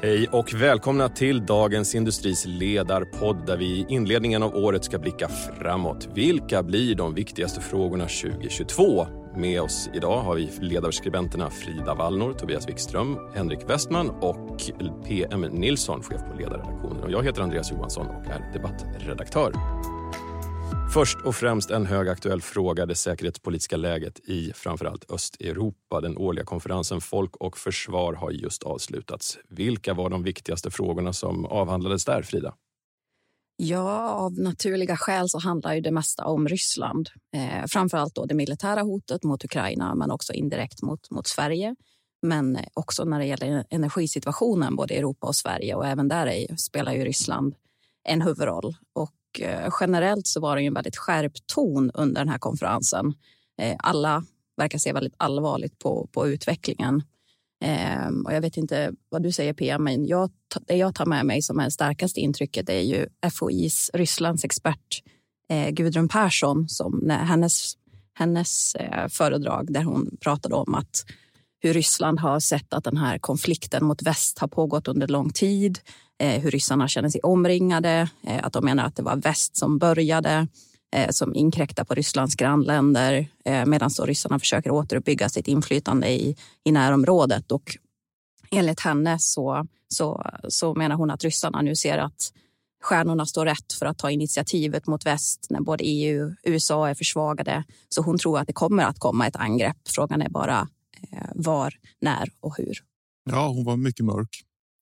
Hej och välkomna till Dagens Industris ledarpodd där vi i inledningen av året ska blicka framåt. Vilka blir de viktigaste frågorna 2022? Med oss idag har vi ledarskribenterna Frida Wallnor, Tobias Wikström, Henrik Westman och PM Nilsson, chef på ledarredaktionen. Och jag heter Andreas Johansson och är debattredaktör. Först och främst en högaktuell fråga, det säkerhetspolitiska läget i framförallt Östeuropa. Den årliga konferensen Folk och försvar har just avslutats. Vilka var de viktigaste frågorna som avhandlades där, Frida? Ja, av naturliga skäl så handlar ju det mesta om Ryssland. Framförallt då det militära hotet mot Ukraina men också indirekt mot Sverige. Men också när det gäller energisituationen både i Europa och Sverige, och även där spelar ju Ryssland en huvudroll. Och generellt så var det ju en väldigt skärpt ton under den här konferensen. Alla verkar se väldigt allvarligt på utvecklingen. Och jag vet inte vad du säger, PM, men det jag tar med mig som är starkaste intrycket är ju FOIs Rysslands expert Gudrun Persson, som hennes föredrag där hon pratade om att hur Ryssland har sett att den här konflikten mot väst har pågått under lång tid, hur ryssarna känner sig omringade, att de menar att det var väst som började, som inkräktar på Rysslands grannländer, medan så ryssarna försöker återuppbygga sitt inflytande i närområdet. Och enligt henne så menar hon att ryssarna nu ser att stjärnorna står rätt för att ta initiativet mot väst när både EU och USA är försvagade. Så hon tror att det kommer att komma ett angrepp. Frågan är bara var, när och hur. Ja, hon var mycket mörk.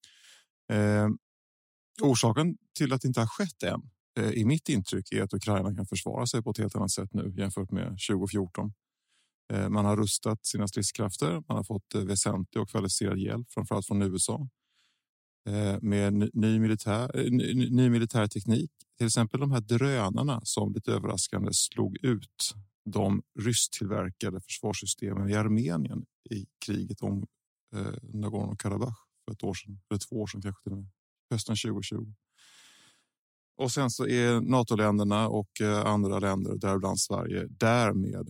Orsaken till att det inte har skett än, i mitt intryck, är att Ukraina kan försvara sig på ett helt annat sätt nu jämfört med 2014. Man har rustat sina stridskrafter, man har fått väsentlig och kvalificerad hjälp, framförallt från USA. Med ny militär teknik. Till exempel de här drönarna som lite överraskande slog ut de rysktillverkade försvarssystemen i Armenien i kriget om Nagorno-Karabach för 2 år sedan kanske till och med, hösten 2020. Och sen så är NATO-länderna och andra länder, däribland Sverige, därmed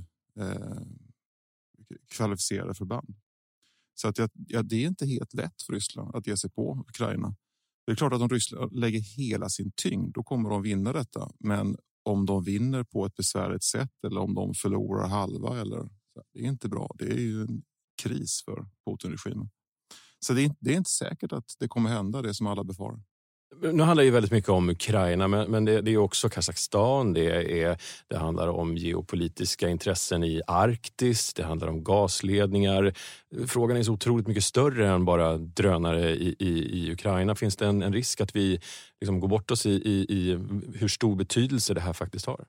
kvalificerade förband. Så att det är inte helt lätt för Ryssland att ge sig på Ukraina. Det är klart att om Ryssland lägger hela sin tyngd, då kommer de vinna detta. Men om de vinner på ett besvärligt sätt eller om de förlorar halva, det är inte bra. Det är ju en kris för Putin-regimen. Så det är inte säkert att det kommer hända, det som alla befarar. Nu handlar det ju väldigt mycket om Ukraina, men det är också Kazakstan, det handlar om geopolitiska intressen i Arktis, det handlar om gasledningar. Frågan är så otroligt mycket större än bara drönare i Ukraina. Finns det en risk att vi liksom går bort oss i hur stor betydelse det här faktiskt har?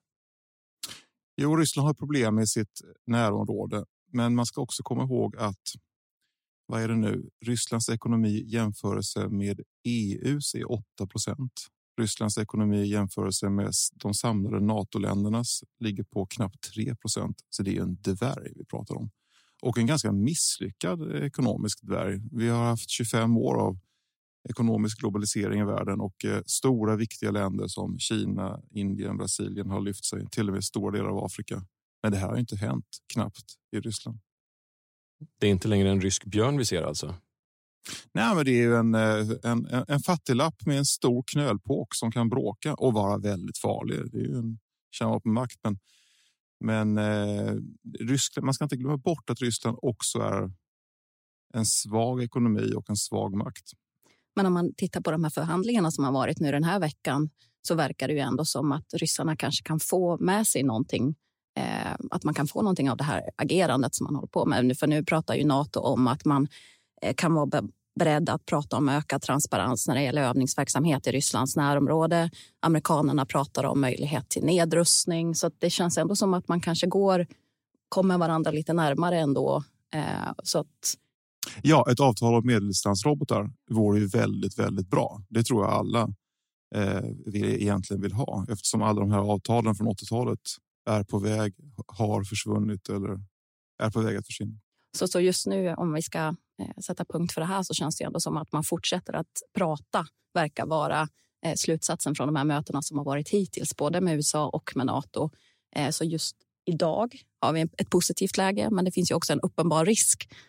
Jo, Ryssland har problem med sitt närområde, men man ska också komma ihåg att vad är det nu? Rysslands ekonomi i jämförelse med EUs är 8%. Rysslands ekonomi i jämförelse med de samlade NATO-ländernas ligger på knappt 3%. Så det är en dvärg vi pratar om. Och en ganska misslyckad ekonomisk dvärg. Vi har haft 25 år av ekonomisk globalisering i världen och stora viktiga länder som Kina, Indien, Brasilien har lyft sig, till och med stora delar av Afrika. Men det här har inte hänt knappt i Ryssland. Det är inte längre en rysk björn vi ser alltså? Nej, men det är ju en fattiglapp med en stor knölpåk som kan bråka och vara väldigt farlig. Det är ju en kärnvapenmakt. Men Ryssland, man ska inte glömma bort att Ryssland också är en svag ekonomi och en svag makt. Men om man tittar på de här förhandlingarna som har varit nu den här veckan, så verkar det ju ändå som att ryssarna kanske kan få med sig någonting. Att man kan få någonting av det här agerandet som man håller på med. För nu pratar ju NATO om att man kan vara beredd att prata om ökad transparens när det gäller övningsverksamhet i Rysslands närområde. Amerikanerna pratar om möjlighet till nedrustning. Så att det känns ändå som att man kanske kommer varandra lite närmare ändå. Så att... Ja, ett avtal om medeldistansrobotar vore ju väldigt, väldigt bra. Det tror jag alla egentligen vill ha. Eftersom alla de här avtalen från 80-talet är på väg, har försvunnit eller är på väg att försvinna. Så just nu, om vi ska sätta punkt för det här, så känns det ändå som att man fortsätter att prata, verkar vara slutsatsen från de här mötena som har varit hittills, både med USA och med NATO. Så just idag har vi ett positivt läge, men det finns ju också en uppenbar risk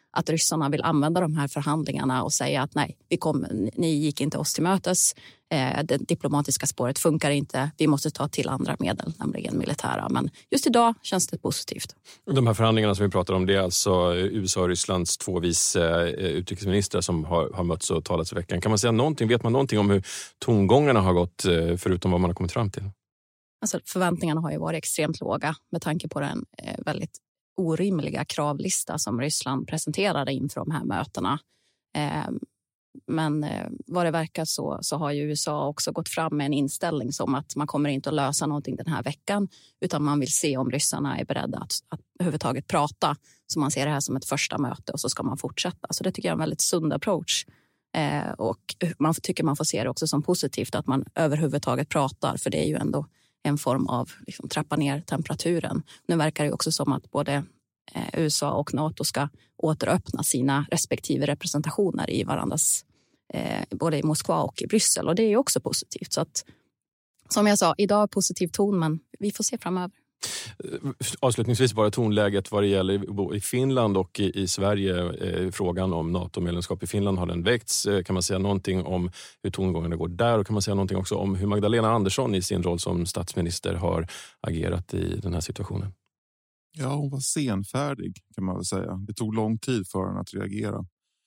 att ryssarna vill använda de här förhandlingarna och säga att nej, ni gick inte oss till mötes. Det diplomatiska spåret funkar inte. Vi måste ta till andra medel, nämligen militära. Men just idag känns det positivt. De här förhandlingarna som vi pratar om, det är alltså USA och Rysslands 2 vice utrikesministrar som har mötts och talats i veckan. Kan man säga någonting? Vet man någonting om hur tongångarna har gått förutom vad man har kommit fram till? Alltså, förväntningarna har ju varit extremt låga med tanke på den väldigt orimliga kravlista som Ryssland presenterade inför de här mötena. Men vad det verkar så har ju USA också gått fram med en inställning som att man kommer inte att lösa någonting den här veckan, utan man vill se om ryssarna är beredda att överhuvudtaget prata. Så man ser det här som ett första möte och så ska man fortsätta. Så det tycker jag är en väldigt sund approach. Och man tycker man får se det också som positivt att man överhuvudtaget pratar, för det är ju ändå en form av liksom, trappa ner temperaturen. Nu verkar det också som att både USA och NATO ska återöppna sina respektive representationer i varandras, både i Moskva och i Bryssel. Och det är ju också positivt. Så att, som jag sa, idag är positiv ton, men vi får se framöver. Avslutningsvis bara tonläget vad det gäller i Finland och i Sverige. Frågan om NATO-medlemskap i Finland, har den väckts? Kan man säga någonting om hur tongångarna går där? Och kan man säga någonting också om hur Magdalena Andersson i sin roll som statsminister har agerat i den här situationen? Ja, hon var senfärdig kan man väl säga. Det tog lång tid för henne att reagera.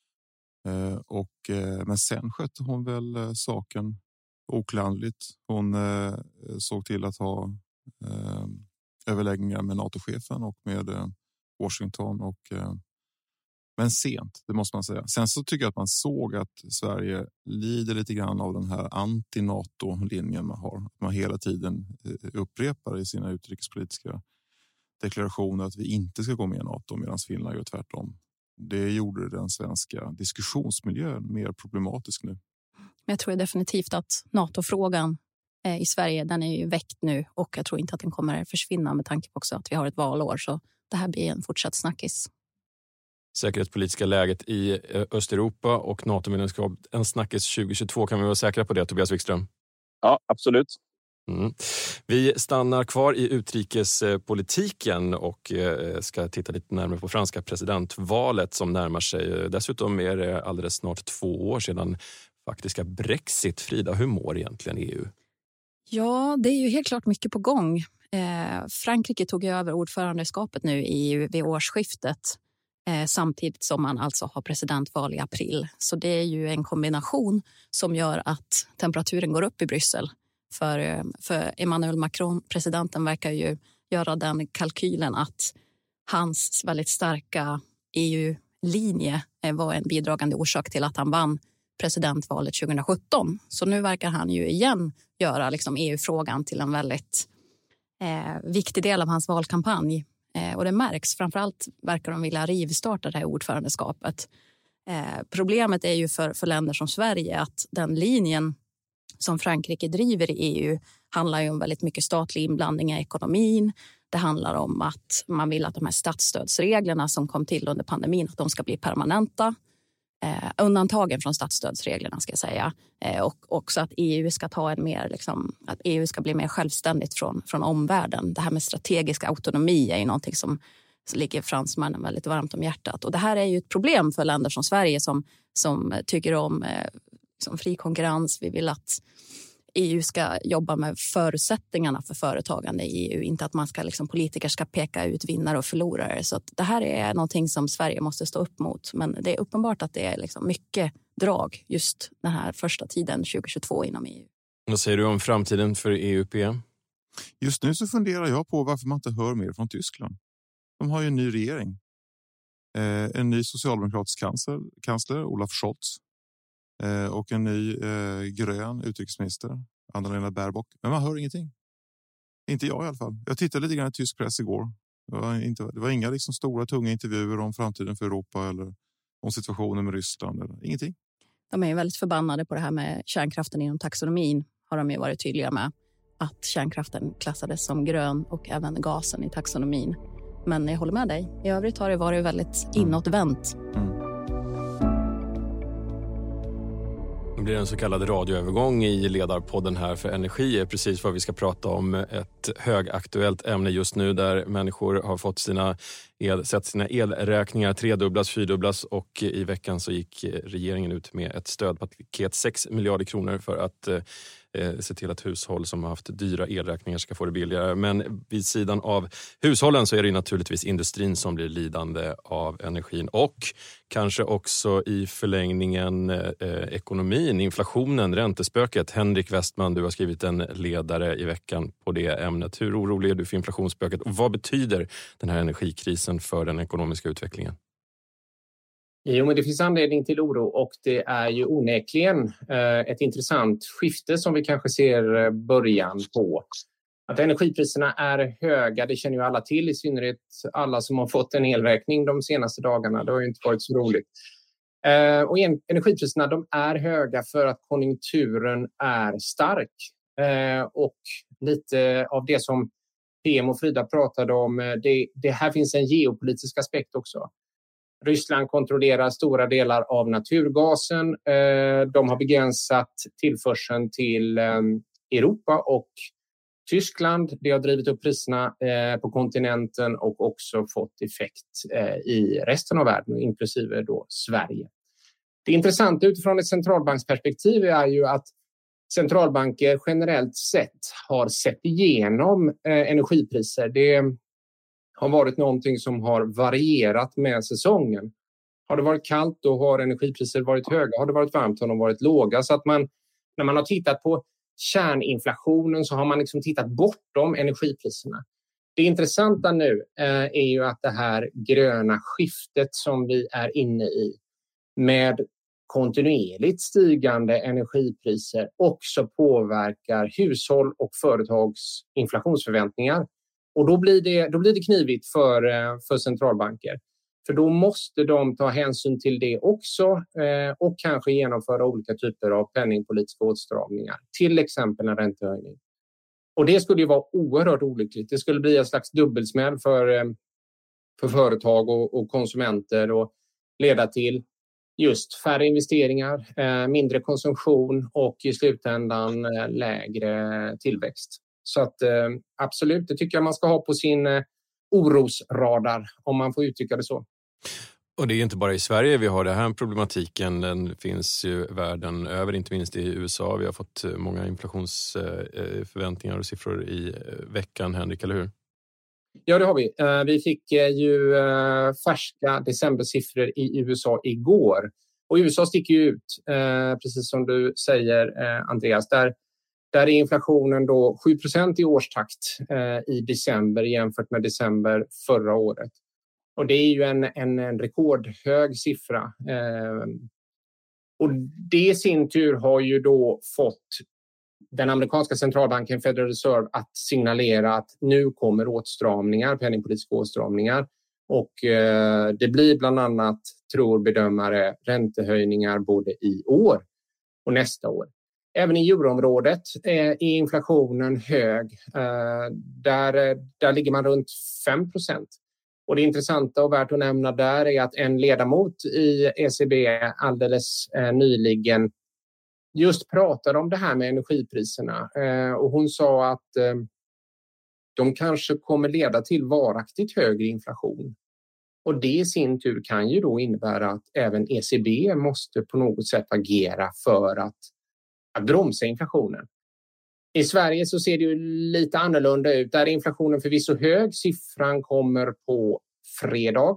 Men sen skötte hon väl saken oklanderligt. Hon såg till att ha överläggningar med NATO-chefen och med Washington. Men sent, det måste man säga. Sen så tycker jag att man såg att Sverige lider lite grann av den här anti-NATO-linjen man har. Att man hela tiden upprepar i sina utrikespolitiska deklarationer att vi inte ska gå med i NATO, medan Finland gör tvärtom. Det gjorde den svenska diskussionsmiljön mer problematisk nu. Men jag tror definitivt att NATO-frågan i Sverige, den är ju väckt nu, och jag tror inte att den kommer försvinna med tanke på också att vi har ett valår, så det här blir en fortsatt snackis. Säkerhetspolitiska läget i Östeuropa och NATO-medlemskap, en snackis 2022, kan vi vara säkra på det, Tobias Wikström? Ja, absolut. Vi stannar kvar i utrikespolitiken och ska titta lite närmare på franska presidentvalet som närmar sig. Dessutom är det alldeles snart 2 år sedan faktiska Brexit. Frida, hur mår egentligen EU? Ja, det är ju helt klart mycket på gång. Frankrike tog över ordförandeskapet nu vid årsskiftet. Samtidigt som man alltså har presidentval i april. Så det är ju en kombination som gör att temperaturen går upp i Bryssel. För Emmanuel Macron, presidenten, verkar ju göra den kalkylen att hans väldigt starka EU-linje var en bidragande orsak till att han vann presidentvalet 2017. Så nu verkar han ju igen göra liksom EU-frågan till en väldigt viktig del av hans valkampanj. Och det märks, framförallt verkar de vilja rivstarta det här ordförandeskapet. Problemet är ju för länder som Sverige att den linjen som Frankrike driver i EU handlar ju om väldigt mycket statlig inblandning i ekonomin. Det handlar om att man vill att de här statsstödsreglerna som kom till under pandemin, att de ska bli permanenta. Undantagen från statsstödsreglerna ska jag säga. Och också att EU ska ta att EU ska bli mer självständigt från omvärlden. Det här med strategisk autonomi är ju någonting som ligger fransmännen väldigt varmt om hjärtat. Och det här är ju ett problem för länder som Sverige som tycker om som fri konkurrens. Vi vill att EU ska jobba med förutsättningarna för företagande i EU. Inte att man ska politiker ska peka ut vinnare och förlorare. Så att det här är någonting som Sverige måste stå upp mot. Men det är uppenbart att det är mycket drag just den här första tiden 2022 inom EU. Vad säger du om framtiden för EUP? Just nu så funderar jag på varför man inte hör mer från Tyskland. De har ju en ny regering. En ny socialdemokratisk kansler, Olaf Scholz. Och en ny grön utrikesminister, Annalena Baerbock. Men man hör ingenting. Inte jag i alla fall. Jag tittade lite grann i tysk press igår. Det var inga stora, tunga intervjuer om framtiden för Europa eller om situationen med Ryssland. Eller ingenting. De är ju väldigt förbannade på det här med kärnkraften inom taxonomin. Har de ju varit tydliga med att kärnkraften klassades som grön och även gasen i taxonomin. Men jag håller med dig. I övrigt har det varit väldigt inåtvänt. Det blir en så kallad radioövergång i ledarpodden här, för energi är precis vad vi ska prata om. Ett högaktuellt ämne just nu där människor har fått sett sina elräkningar tredubblas, fyrdubblas, och i veckan så gick regeringen ut med ett stödpaket 6 miljarder kronor för att se till att hushåll som har haft dyra elräkningar ska få det billigare. Men vid sidan av hushållen så är det naturligtvis industrin som blir lidande av energin, och kanske också i förlängningen ekonomin, inflationen, räntespöket. Henrik Westman, du har skrivit en ledare i veckan på det ämnet. Hur orolig är du för inflationsspöket och vad betyder den här energikrisen för den ekonomiska utvecklingen? Jo, men det finns anledning till oro, och det är ju onekligen ett intressant skifte som vi kanske ser början på. Att energipriserna är höga, det känner ju alla till, i synnerhet alla som har fått en elräkning de senaste dagarna. Det har ju inte varit så roligt. Och energipriserna, de är höga för att konjunkturen är stark. Och lite av det som PM och Frida pratade om, det här finns en geopolitisk aspekt också. Ryssland kontrollerar stora delar av naturgasen. De har begränsat tillförseln till Europa och Tyskland. Det har drivit upp priserna på kontinenten och också fått effekt i resten av världen, inklusive då Sverige. Det intressanta utifrån ett centralbanksperspektiv är ju att centralbanker generellt sett har sett igenom energipriser. Det har varit någonting som har varierat med säsongen. Har det varit kallt, då har energipriser varit höga. Har det varit varmt, har de varit låga. Så att när man har tittat på kärninflationen så har man liksom tittat bortom energipriserna. Det intressanta nu är ju att det här gröna skiftet som vi är inne i med kontinuerligt stigande energipriser också påverkar hushåll och företags inflationsförväntningar. Och då blir det knivigt för centralbanker. För då måste de ta hänsyn till det också och kanske genomföra olika typer av penningpolitiska åtstramningar. Till exempel en räntehöjning. Och det skulle ju vara oerhört olyckligt. Det skulle bli en slags dubbelsmäll för företag och konsumenter och leda till just färre investeringar, mindre konsumtion och i slutändan lägre tillväxt. Så att absolut, det tycker jag man ska ha på sin orosradar, om man får uttrycka det så. Och det är inte bara i Sverige vi har den här problematiken. Den finns ju världen över, inte minst i USA. Vi har fått många inflationsförväntningar och siffror i veckan, Henrik, eller hur? Ja, det har vi. Vi fick ju färska decembersiffror i USA igår. Och USA sticker ju ut, precis som du säger, Andreas. Där är inflationen då 7% i årstakt i december jämfört med december förra året. Och det är ju en rekordhög siffra. Och det i sin tur har ju då fått den amerikanska centralbanken Federal Reserve att signalera att nu kommer åtstramningar, penningpolitiska åtstramningar. Och det blir bland annat, tror bedömare, räntehöjningar både i år och nästa år. Även i euroområdet är inflationen hög. Där ligger man runt 5%. Och det intressanta och värt att nämna där är att en ledamot i ECB alldeles nyligen just pratade om det här med energipriserna. Och hon sa att de kanske kommer leda till varaktigt högre inflation. Och det i sin tur kan ju då innebära att även ECB måste på något sätt agera för att bromsa inflationen. I Sverige så ser det ju lite annorlunda ut. Där är inflationen förvisso hög. Siffran kommer på fredag.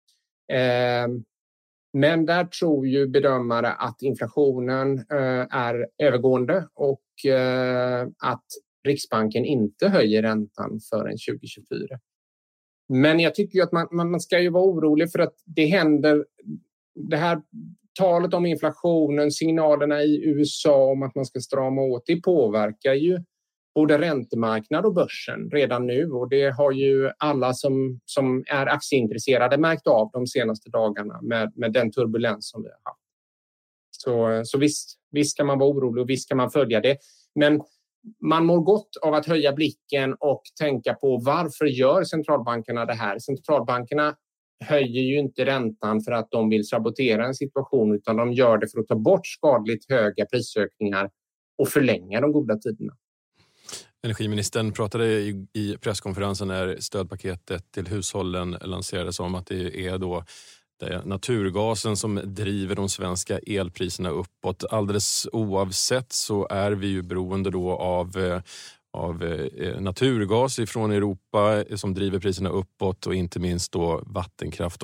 Men där tror ju bedömare att inflationen är övergående och att Riksbanken inte höjer räntan förrän 2024. Men jag tycker ju att man ska ju vara orolig för att det händer. Det här talet om inflationen, signalerna i USA om att man ska strama åt, det påverkar ju både räntemarknad och börsen redan nu. Och det har ju alla som är aktieintresserade märkt av de senaste dagarna med den turbulens som vi har haft. Så visst kan man vara orolig och visst kan man följa det. Men man mår gott av att höja blicken och tänka på varför gör centralbankerna det här. Centralbankerna höjer ju inte räntan för att de vill sabotera en situation, utan de gör det för att ta bort skadligt höga prisökningar och förlänga de goda tiderna. Energiministern pratade i presskonferensen när stödpaketet till hushållen lanserades om att det är då naturgasen som driver de svenska elpriserna uppåt. Alldeles oavsett så är vi ju beroende då av naturgas ifrån Europa som driver priserna uppåt och inte minst då vattenkraft.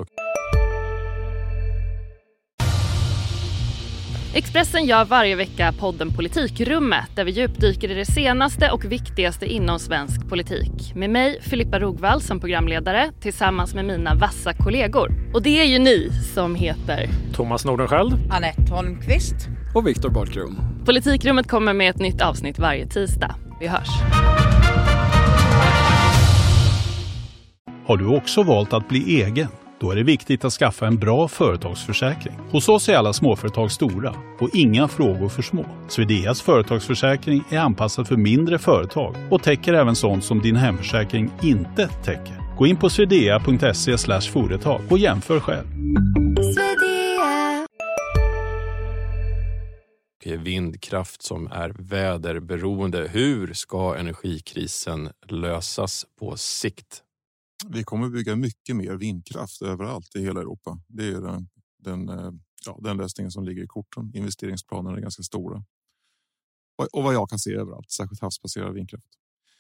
Expressen gör varje vecka podden Politikrummet där vi djupdyker i det senaste och viktigaste inom svensk politik. Med mig, Filippa Rogvall, som programledare tillsammans med mina vassa kollegor. Och det är ju ni som heter Thomas Nordenskjöld, Anette Holmqvist och Viktor Bartkron. Politikrummet kommer med ett nytt avsnitt varje tisdag. Vi hörs. Har du också valt att bli egen? Då är det viktigt att skaffa en bra företagsförsäkring. Hos oss är alla småföretag stora och inga frågor för små. Swedeas företagsförsäkring är anpassad för mindre företag och täcker även sånt som din hemförsäkring inte täcker. Gå in på swedea.se/företag och jämför själv. Vindkraft som är väderberoende. Hur ska energikrisen lösas på sikt? Vi kommer bygga mycket mer vindkraft överallt i hela Europa. Det är den lösningen som ligger i korten. Investeringsplanerna är ganska stora. Och vad jag kan se överallt, särskilt havsbaserad vindkraft.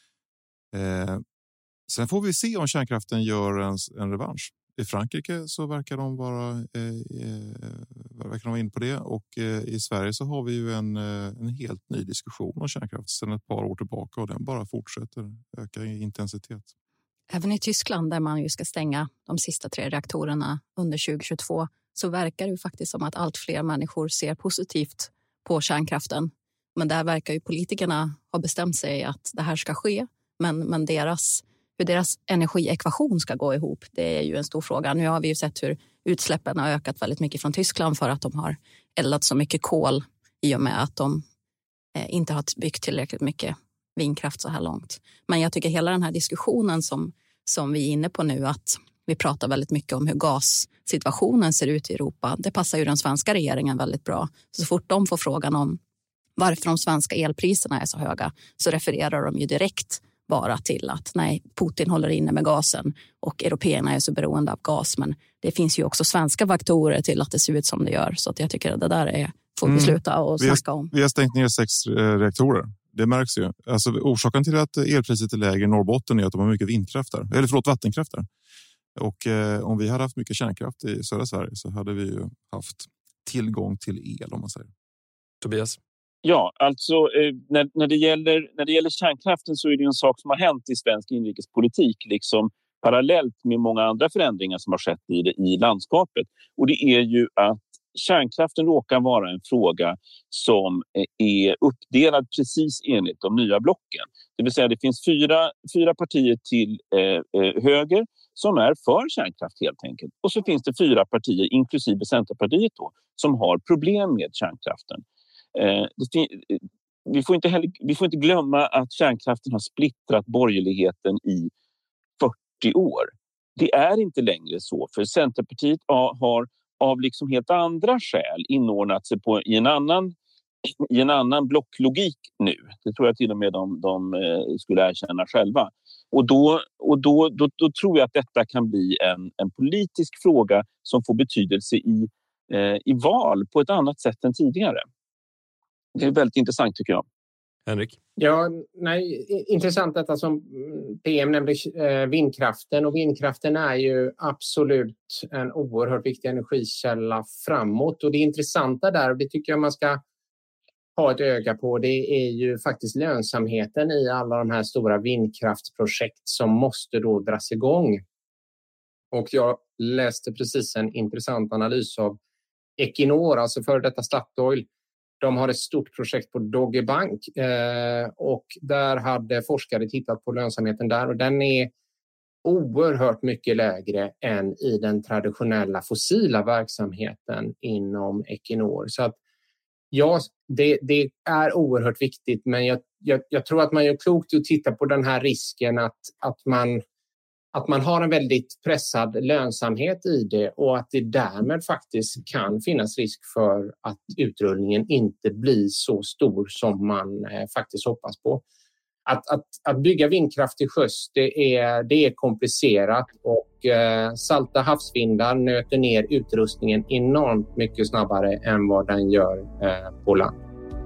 Sen får vi se om kärnkraften gör en revansch. I Frankrike så verkar de vara inne på det. Och i Sverige så har vi ju en helt ny diskussion om kärnkraft sedan ett par år tillbaka. Och den bara fortsätter öka i intensitet. Även i Tyskland där man ju ska stänga de sista 3 reaktorerna under 2022 så verkar det ju faktiskt som att allt fler människor ser positivt på kärnkraften. Men där verkar ju politikerna ha bestämt sig att det här ska ske. Men hur deras energiekvation ska gå ihop, det är ju en stor fråga. Nu har vi ju sett hur utsläppen har ökat väldigt mycket från Tyskland för att de har eldat så mycket kol i och med att de inte har byggt tillräckligt mycket vindkraft så här långt. Men jag tycker hela den här diskussionen som vi är inne på nu, att vi pratar väldigt mycket om hur gassituationen ser ut i Europa. Det passar ju den svenska regeringen väldigt bra. Så fort de får frågan om varför de svenska elpriserna är så höga så refererar de ju direkt bara till att nej, Putin håller inne med gasen och européerna är så beroende av gas. Men det finns ju också svenska faktorer till att det ser ut som det gör. Så att jag tycker att det där får vi sluta och snacka om. Vi har stängt ner 6 reaktorer. Det märks ju. Alltså, orsaken till att elpriset är lägre i Norrbotten är att de har mycket vattenkraft där. Och om vi hade haft mycket kärnkraft i södra Sverige så hade vi ju haft tillgång till el, om man säger. Tobias? Ja, alltså när det gäller kärnkraften så är det en sak som har hänt i svensk inrikespolitik liksom parallellt med många andra förändringar som har skett i landskapet. Och det är ju att kärnkraften råkar vara en fråga som är uppdelad precis enligt de nya blocken. Det vill säga det finns fyra partier till höger som är för kärnkraft helt enkelt. Och så finns det 4 partier, inklusive Centerpartiet då, som har problem med kärnkraften. Vi får inte glömma att kärnkraften har splittrat borgerligheten i 40 år. Det är inte längre så, för Centerpartiet har av liksom helt andra skäl inordnat sig i en annan blocklogik nu. Det tror jag till och med de skulle erkänna själva. Och då tror jag att detta kan bli en politisk fråga som får betydelse i val på ett annat sätt än tidigare. Det är väldigt intressant tycker jag. Henrik? Ja, intressant detta som PM nämnde, vindkraften. Och vindkraften är ju absolut en oerhört viktig energikälla framåt. Och det intressanta där, och det tycker jag man ska ha ett öga på, det är ju faktiskt lönsamheten i alla de här stora vindkraftsprojekt som måste då dras igång. Och jag läste precis en intressant analys av Equinor, alltså för detta Statoil. De har ett stort projekt på Dogge Bank och där hade forskare tittat på lönsamheten där och den är oerhört mycket lägre än i den traditionella fossila verksamheten inom Equinor. Så att ja, det är oerhört viktigt, men jag tror att man gör klokt att titta på den här risken att man att man har en väldigt pressad lönsamhet i det och att det därmed faktiskt kan finnas risk för att utrullningen inte blir så stor som man faktiskt hoppas på. Att bygga vindkraft till sjöss, det är komplicerat och salta havsvindar nöter ner utrustningen enormt mycket snabbare än vad den gör på land.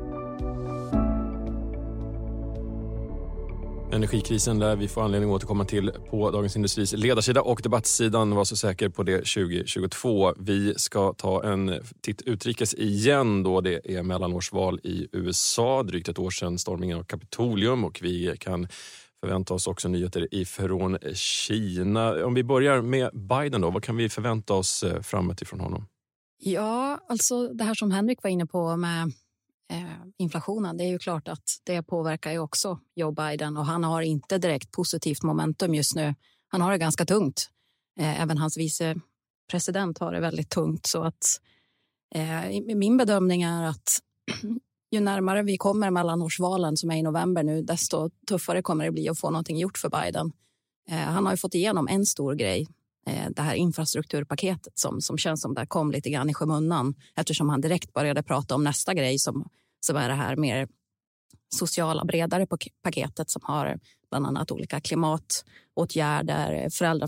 Energikrisen där vi får anledning att återkomma till på Dagens Industris ledarsida och debattsidan. Var så säker på det 2022. Vi ska ta en titt utrikes igen då det är mellanårsval i USA. Drygt ett år sedan stormningen av Kapitolium och vi kan förvänta oss också nyheter ifrån Kina. Om vi börjar med Biden då, vad kan vi förvänta oss framåt ifrån honom? Ja, alltså det här som Henrik var inne på med inflationen, det är ju klart att det påverkar ju också Joe Biden och han har inte direkt positivt momentum just nu. Han har det ganska tungt. Även hans vicepresident har det väldigt tungt så att min bedömning är att ju närmare vi kommer mellanårsvalen som är i november nu, desto tuffare kommer det bli att få någonting gjort för Biden. Han har ju fått igenom en stor grej, det här infrastrukturpaketet som känns som det kom lite grann i skymundan eftersom han direkt började prata om nästa grej som är det här mer sociala bredare paketet som har bland annat olika klimatåtgärder,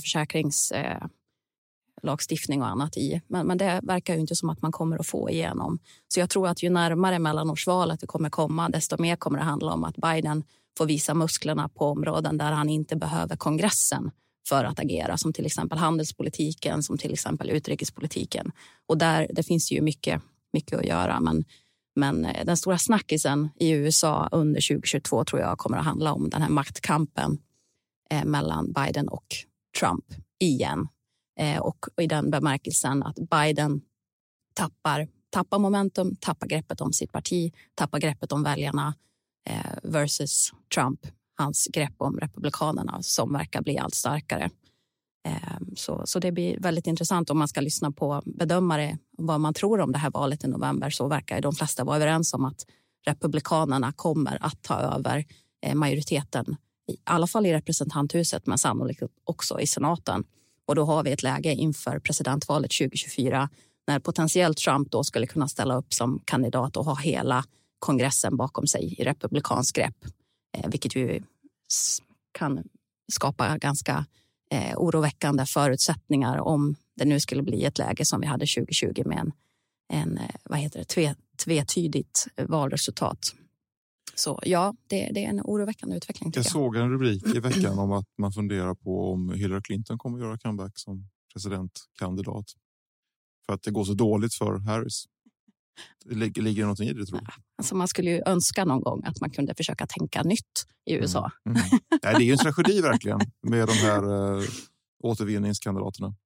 föräldraförsäkringslagstiftning och annat i. Men det verkar ju inte som att man kommer att få igenom. Så jag tror att ju närmare mellanårsvalet det kommer komma, desto mer kommer det handla om att Biden får visa musklerna på områden där han inte behöver kongressen för att agera, som till exempel handelspolitiken, som till exempel utrikespolitiken. Och där det finns ju mycket att göra, men den stora snackisen i USA under 2022 tror jag kommer att handla om den här maktkampen mellan Biden och Trump igen. Och i den bemärkelsen att Biden tappar momentum, tappar greppet om sitt parti, tappar greppet om väljarna versus Trump, hans grepp om republikanerna som verkar bli allt starkare. Så det blir väldigt intressant om man ska lyssna på bedömare vad man tror om det här valet i november, så verkar de flesta vara överens om att republikanerna kommer att ta över majoriteten, i alla fall i representanthuset men sannolikt också i senaten. Och då har vi ett läge inför presidentvalet 2024 när potentiellt Trump då skulle kunna ställa upp som kandidat och ha hela kongressen bakom sig i republikansk grepp. Vilket ju kan skapa ganska oroväckande förutsättningar om det nu skulle bli ett läge som vi hade 2020 med en tvetydigt valresultat. Så ja, det är en oroväckande utveckling. Jag såg en rubrik i veckan om att man funderar på om Hillary Clinton kommer att göra comeback som presidentkandidat. För att det går så dåligt för Harris. Ligger det någonting i det, tror du? Alltså man skulle ju önska någon gång att man kunde försöka tänka nytt i USA. Nej, det är ju en tragedi verkligen med de här återvinningskandidaterna.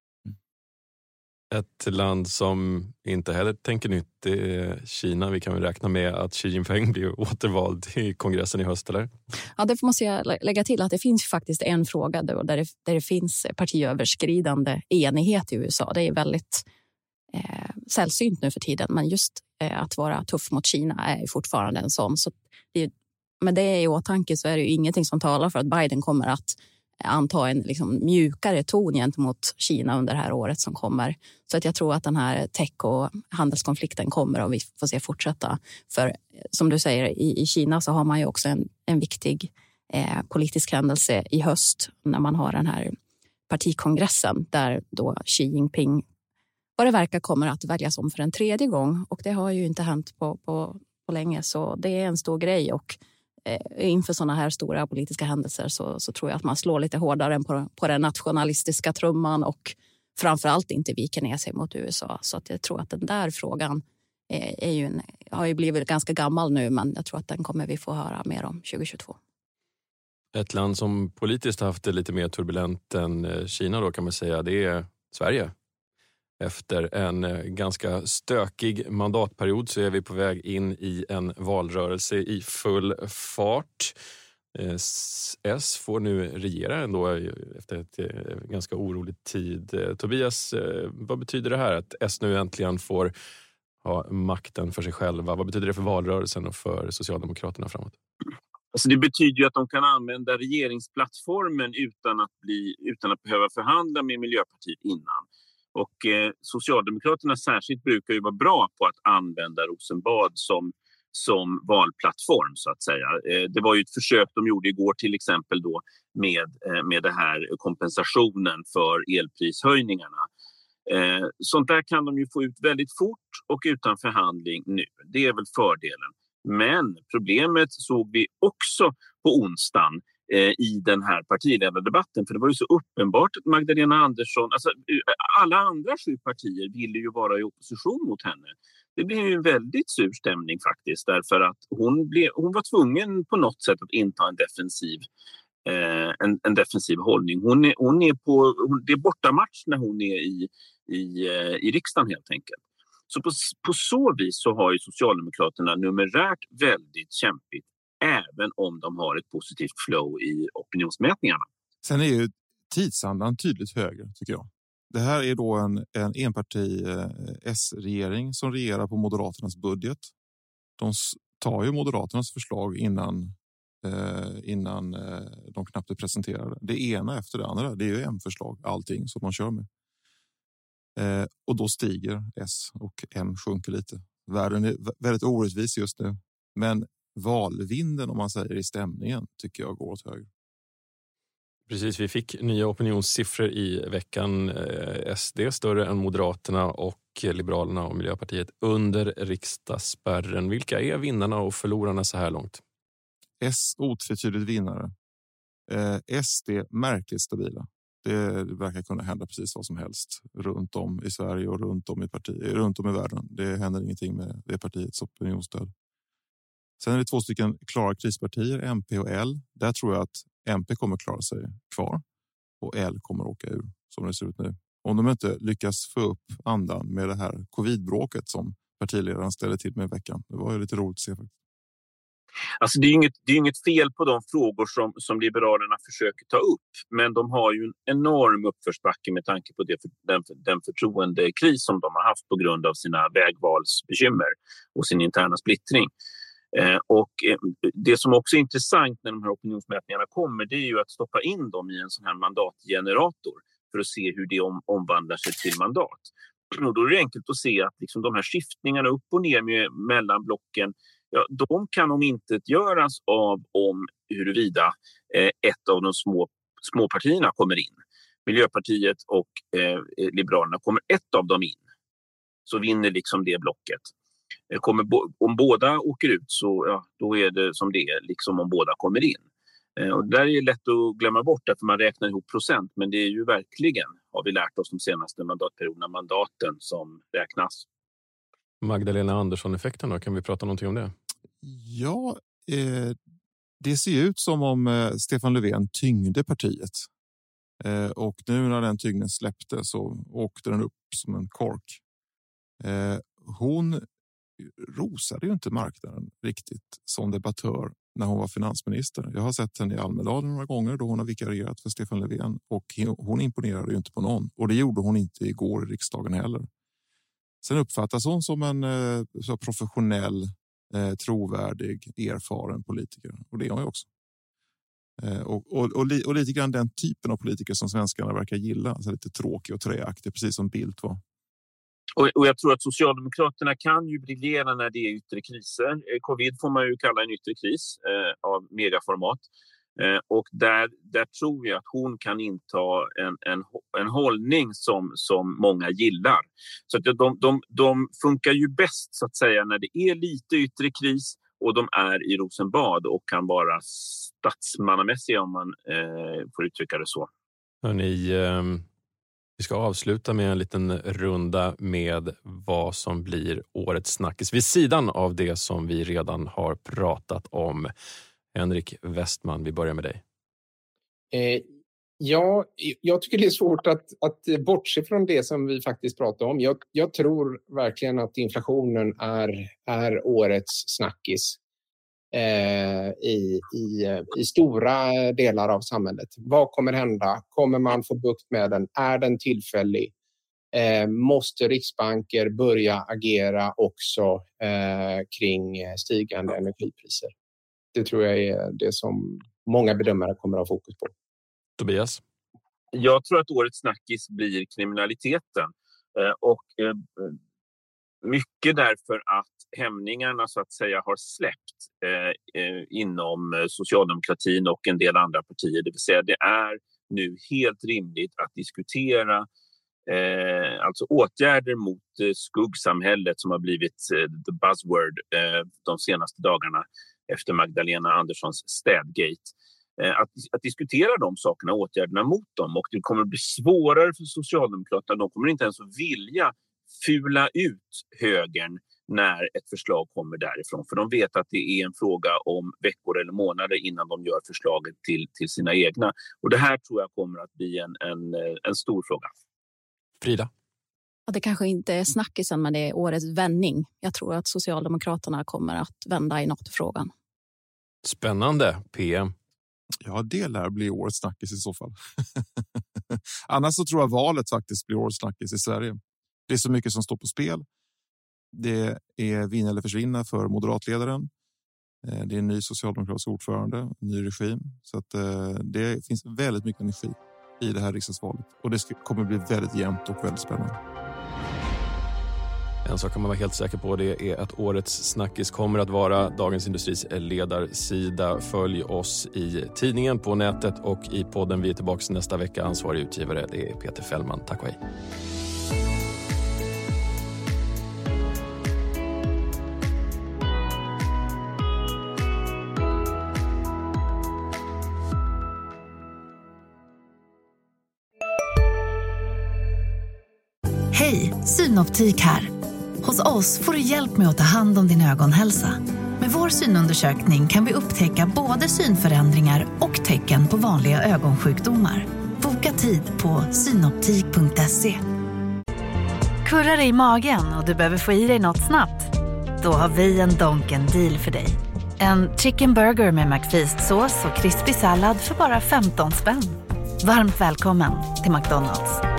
Ett land som inte heller tänker nytt är Kina. Vi kan väl räkna med att Xi Jinping blir återvald i kongressen i höst, eller? Ja, det måste jag lägga till att det finns faktiskt en fråga då, där det finns partiöverskridande enighet i USA. Det är väldigt sällsynt nu för tiden, men just att vara tuff mot Kina är fortfarande en sån. Så med det i åtanke så är det ju ingenting som talar för att Biden kommer att anta en liksom mjukare ton gentemot Kina under det här året som kommer. Så att jag tror att den här tech- och handelskonflikten kommer och vi får se fortsätta. För som du säger, i Kina så har man ju också en viktig politisk händelse i höst när man har den här partikongressen där då Xi Jinping vad det verkar kommer att väljas om för en tredje gång. Och det har ju inte hänt på länge, så det är en stor grej. Och inför sådana här stora politiska händelser så tror jag att man slår lite hårdare än på den nationalistiska trumman och framförallt inte viker ner sig mot USA. Så att jag tror att den där frågan har ju blivit ganska gammal nu, men jag tror att den kommer vi få höra mer om 2022. Ett land som politiskt haft det lite mer turbulent än Kina då kan man säga, det är Sverige. Efter en ganska stökig mandatperiod så är vi på väg in i en valrörelse i full fart. S får nu regera ändå efter ett ganska orolig tid. Tobias, vad betyder det här att S nu äntligen får ha makten för sig själva? Vad betyder det för valrörelsen och för Socialdemokraterna framåt? Alltså det betyder ju att de kan använda regeringsplattformen utan att behöva förhandla med Miljöpartiet innan. Och Socialdemokraterna särskilt brukar ju vara bra på att använda Rosenbad som valplattform så att säga. Det var ju ett försök de gjorde igår till exempel då med det här kompensationen för elprishöjningarna. Sånt där kan de ju få ut väldigt fort och utan förhandling nu. Det är väl fördelen. Men problemet såg vi också på onsdagen i den här partiledardebatten. För det var ju så uppenbart att Magdalena Andersson, alltså alla andra 7 partier ville ju vara i opposition mot henne. Det blev ju en väldigt sur stämning faktiskt, därför att hon var tvungen på något sätt att inta en defensiv hållning. Det är bortamatch när hon är i riksdagen helt enkelt. Så på så vis så har ju Socialdemokraterna numerärt väldigt kämpigt, även om de har ett positivt flow i opinionsmätningarna. Sen är ju tidsandan tydligt högre tycker jag. Det här är då en enparti S-regering som regerar på Moderaternas budget. De tar ju Moderaternas förslag innan de knappt är presenterade. Det ena efter det andra, det är ju M-förslag, allting som man kör med. Och då stiger S och M sjunker lite. Världen är väldigt orättvis just nu. Men valvinden, om man säger i stämningen, tycker jag går åt höger. Precis, vi fick nya opinionssiffror i veckan. SD större än Moderaterna och Liberalerna och Miljöpartiet under riksdagsspärren. Vilka är vinnarna och förlorarna så här långt? S otvetydigt vinnare. SD märkligt stabila. Det verkar kunna hända precis vad som helst runt om i Sverige och runt om i världen. Det händer ingenting med det partiets opinionsstöd. Sen är det 2 stycken klara krispartier, MP och L. Där tror jag att MP kommer klara sig kvar och L kommer åka ur som det ser ut nu. Om de inte lyckas få upp andan med det här covidbråket som partiledaren ställde till med i veckan. Det var ju lite roligt att se faktiskt. Alltså det är inget fel på de frågor som Liberalerna försöker ta upp. Men de har ju en enorm uppförsbacke med tanke på den förtroendekris som de har haft på grund av sina vägvalsbekymmer och sin interna splittring. Och det som också är intressant när de här opinionsmätningarna kommer, det är ju att stoppa in dem i en sån här mandatgenerator för att se hur det omvandlar sig till mandat. Och då är det enkelt att se att liksom de här skiftningarna upp och ner mellan blocken, ja, de kan omintetgöras om huruvida ett av de små partierna kommer in. Miljöpartiet och Liberalerna, kommer ett av dem in så vinner liksom det blocket. Om båda åker ut så ja, då är det som det är, liksom om båda kommer in. Och där är det lätt att glömma bort därför man räknar ihop procent, men det är ju verkligen, har vi lärt oss de senaste mandatperioderna, mandaten som räknas. Magdalena Andersson-effekten då, kan vi prata någonting om det? Ja, det ser ut som om Stefan Löfven tyngde partiet. Och nu när den tyngden släppte så åkte den upp som en kork. Hon rosade ju inte marknaden riktigt som debattör när hon var finansminister. Jag har sett henne i Almedalen några gånger då hon har vikarierat för Stefan Löfven och hon imponerade ju inte på någon. Och det gjorde hon inte igår i riksdagen heller. Sen uppfattas hon som en så professionell, trovärdig, erfaren politiker. Och det är hon ju också. Och lite grann den typen av politiker som svenskarna verkar gilla. Alltså lite tråkig och träaktig, precis som Bildt var. Och jag tror att Socialdemokraterna kan ju briljera när det är yttre kriser. Covid får man ju kalla en yttre kris av megaformat. Och där tror jag att hon kan inta en hållning som många gillar. Så att de funkar ju bäst så att säga när det är lite yttre kris och de är i Rosenbad och kan vara statsmannamässiga om man får uttrycka det så. Hörrni, vi ska avsluta med en liten runda med vad som blir årets snackis vid sidan av det som vi redan har pratat om. Henrik Westman, vi börjar med dig. Ja, jag tycker det är svårt att bortse från det som vi faktiskt pratar om. Jag tror verkligen att inflationen är årets snackis i stora delar av samhället. Vad kommer hända? Kommer man få bukt med den? Är den tillfällig? Måste riksbanker börja agera också kring stigande energipriser? Det tror jag är det som många bedömare kommer att ha fokus på. Tobias? Jag tror att årets snackis blir kriminaliteten. Och mycket därför att hämningarna så att säga har släppt inom socialdemokratin och en del andra partier. Det vill säga det är nu helt rimligt att diskutera alltså åtgärder mot skuggsamhället som har blivit the buzzword de senaste dagarna efter Magdalena Anderssons städgate. Att diskutera de sakerna, åtgärderna mot dem, och det kommer att bli svårare för Socialdemokraterna. De kommer inte ens att vilja fula ut högern när ett förslag kommer därifrån. För de vet att det är en fråga om veckor eller månader innan de gör förslaget till sina egna. Och det här tror jag kommer att bli en stor fråga. Frida? Ja, det kanske inte är snackisen, men det är årets vändning. Jag tror att Socialdemokraterna kommer att vända i NATO-frågan. Spännande. PM? Ja, det lär bli årets snackis i så fall. Annars så tror jag valet faktiskt blir årets snackis i Sverige. Det är så mycket som står på spel. Det är vinna eller försvinna för moderatledaren. Det är en ny socialdemokratisk ordförande, en ny regim. Så att det finns väldigt mycket energi i det här riksdagsvalet. Och det kommer bli väldigt jämnt och väldigt spännande. En sak kan man vara helt säker på, det är att årets snackis kommer att vara Dagens Industris ledarsida. Följ oss i tidningen, på nätet och i podden. Vi är tillbaka nästa vecka. Ansvarig utgivare, det är Peter Fällman. Tack och hej. Hej, Synoptik här. Hos oss får du hjälp med att ta hand om din ögonhälsa. Med vår synundersökning kan vi upptäcka både synförändringar och tecken på vanliga ögonsjukdomar. Boka tid på synoptik.se. Kurrar dig i magen och du behöver få i dig något snabbt? Då har vi en Donken deal för dig. En chicken burger med McFeast-sås och krispig sallad för bara 15 spänn. Varmt välkommen till McDonald's.